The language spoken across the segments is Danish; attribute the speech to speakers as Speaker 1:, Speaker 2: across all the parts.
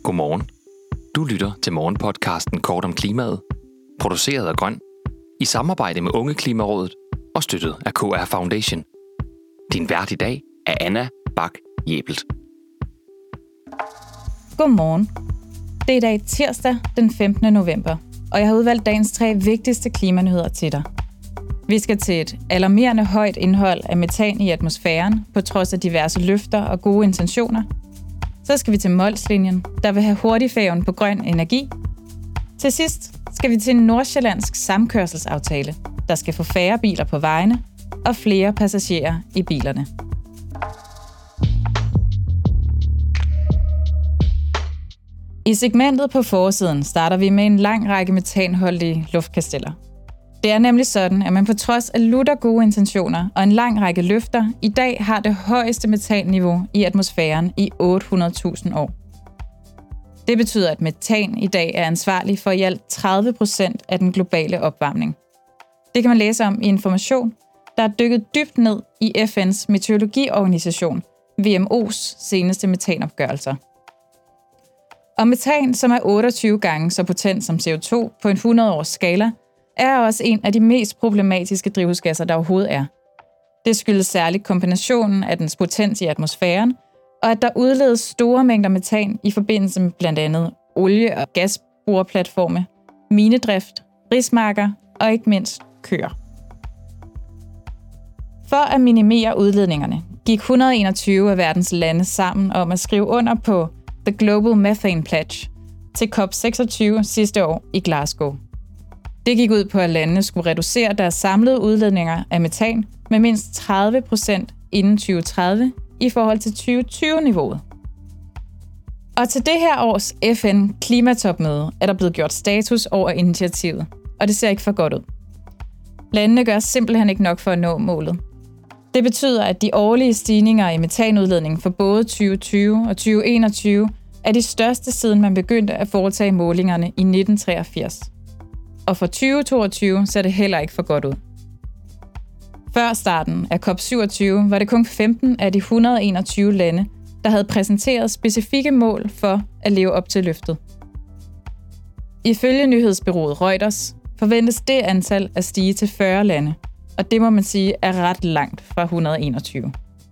Speaker 1: Godmorgen. Du lytter til morgenpodcasten Kort om klimaet, produceret af Grøn, i samarbejde med Unge Klimarådet og støttet af KR Foundation. Din vært i dag er Anna Bak Jebelt.
Speaker 2: Godmorgen. Det er i dag tirsdag den 15. november, og jeg har udvalgt dagens 3 vigtigste klimanyheder til dig. Vi skal til et alarmerende højt indhold af metan i atmosfæren, på trods af diverse løfter og gode intentioner. Så skal vi til Mols-linjen, der vil have hurtigfærgen på grøn energi. Til sidst skal vi til en nordsjællandsk samkørselsaftale, der skal få færre biler på vejene og flere passagerer i bilerne. I segmentet på forsiden starter vi med en lang række metanholdige luftkasteller. Det er nemlig sådan, at man på trods af lutter gode intentioner og en lang række løfter, i dag har det højeste metanniveau i atmosfæren i 800.000 år. Det betyder, at metan i dag er ansvarlig for i alt 30% af den globale opvarmning. Det kan man læse om i Information, der er dykket dybt ned i FN's meteorologiorganisation, WMO's seneste metanopgørelser. Og metan, som er 28 gange så potent som CO2 på en 100-års skala, er også en af de mest problematiske drivhusgasser, der overhovedet er. Det skyldes særligt kombinationen af dens potens i atmosfæren, og at der udledes store mængder metan i forbindelse med blandt andet olie- og gasboreplatforme, minedrift, rismarker og ikke mindst køer. For at minimere udledningerne gik 121 af verdens lande sammen om at skrive under på The Global Methane Pledge til COP26 sidste år i Glasgow. Det gik ud på, at landene skulle reducere deres samlede udledninger af metan med mindst 30% inden 2030 i forhold til 2020-niveauet. Og til det her års FN-klimatopmøde er der blevet gjort status over initiativet, og det ser ikke for godt ud. Landene gør simpelthen ikke nok for at nå målet. Det betyder, at de årlige stigninger i metanudledning for både 2020 og 2021 er de største siden man begyndte at foretage målingerne i 1983. Og for 2022 ser det heller ikke for godt ud. Før starten af COP27 var det kun 15 af de 121 lande, der havde præsenteret specifikke mål for at leve op til løftet. Ifølge nyhedsbureauet Reuters forventes det antal at stige til 40 lande, og det må man sige er ret langt fra 121.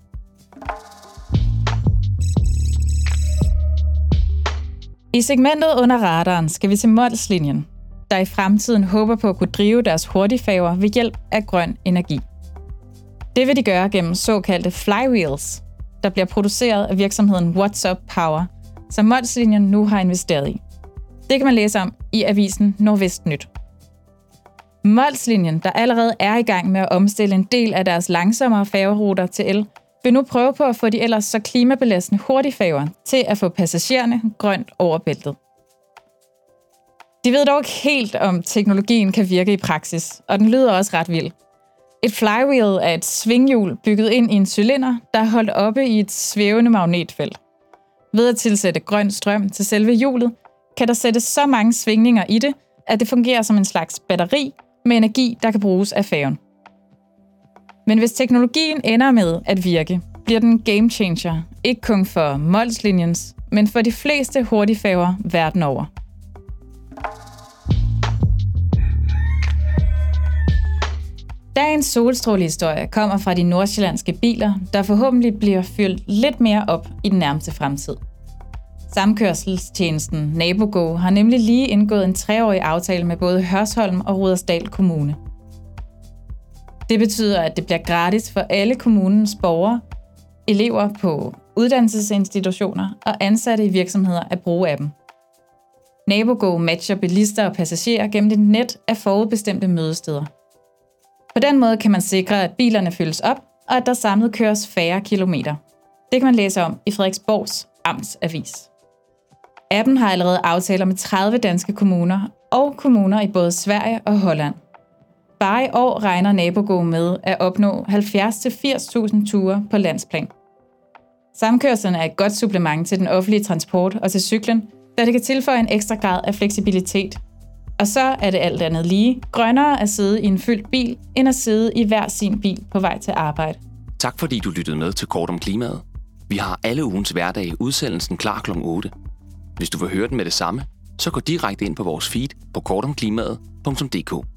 Speaker 2: I segmentet under radaren skal vi til Mols-linjen, der i fremtiden håber på at kunne drive deres hurtigfærger ved hjælp af grøn energi. Det vil de gøre gennem såkaldte flywheels, der bliver produceret af virksomheden What's Up Power, som Mols-linjen nu har investeret i. Det kan man læse om i avisen Nordvestnyt. Mols-linjen, der allerede er i gang med at omstille en del af deres langsommere færgeruter til el, vil nu prøve på at få de ellers så klimabelastende hurtigfærger til at få passagererne grønt over bæltet. De ved dog ikke helt, om teknologien kan virke i praksis, og den lyder også ret vild. Et flywheel er et svinghjul bygget ind i en cylinder, der er holdt oppe i et svævende magnetfelt. Ved at tilsætte grøn strøm til selve hjulet, kan der sættes så mange svingninger i det, at det fungerer som en slags batteri med energi, der kan bruges af færgen. Men hvis teknologien ender med at virke, bliver den en game changer, ikke kun for Mols-linjens, men for de fleste hurtigfærger verden over. Dagens solstrålehistorie kommer fra de nordsjællandske biler, der forhåbentlig bliver fyldt lidt mere op i den nærmeste fremtid. Samkørselstjenesten NaboGo har nemlig lige indgået en 3-årig aftale med både Hørsholm og Rudersdal Kommune. Det betyder, at det bliver gratis for alle kommunens borgere, elever på uddannelsesinstitutioner og ansatte i virksomheder at bruge appen. NaboGo matcher bilister og passagerer gennem et net af forudbestemte mødesteder. På den måde kan man sikre, at bilerne fyldes op, og at der samlet køres færre kilometer. Det kan man læse om i Frederiksborgs Amtsavis. Appen har allerede aftaler med 30 danske kommuner og kommuner i både Sverige og Holland. Bare i år regner NaboGo med at opnå 70-80.000 ture på landsplan. Samkørslen er et godt supplement til den offentlige transport og til cyklen, da det kan tilføje en ekstra grad af fleksibilitet. Og så er det alt andet lige grønnere at sidde i en fyldt bil, end at sidde i hver sin bil på vej til arbejde.
Speaker 1: Tak fordi du lyttede med til Kort om klimaet. Vi har alle ugens hverdage udsendelsen klar kl. 8. Hvis du vil høre den med det samme, så gå direkte ind på vores feed på kortomklimaet.dk.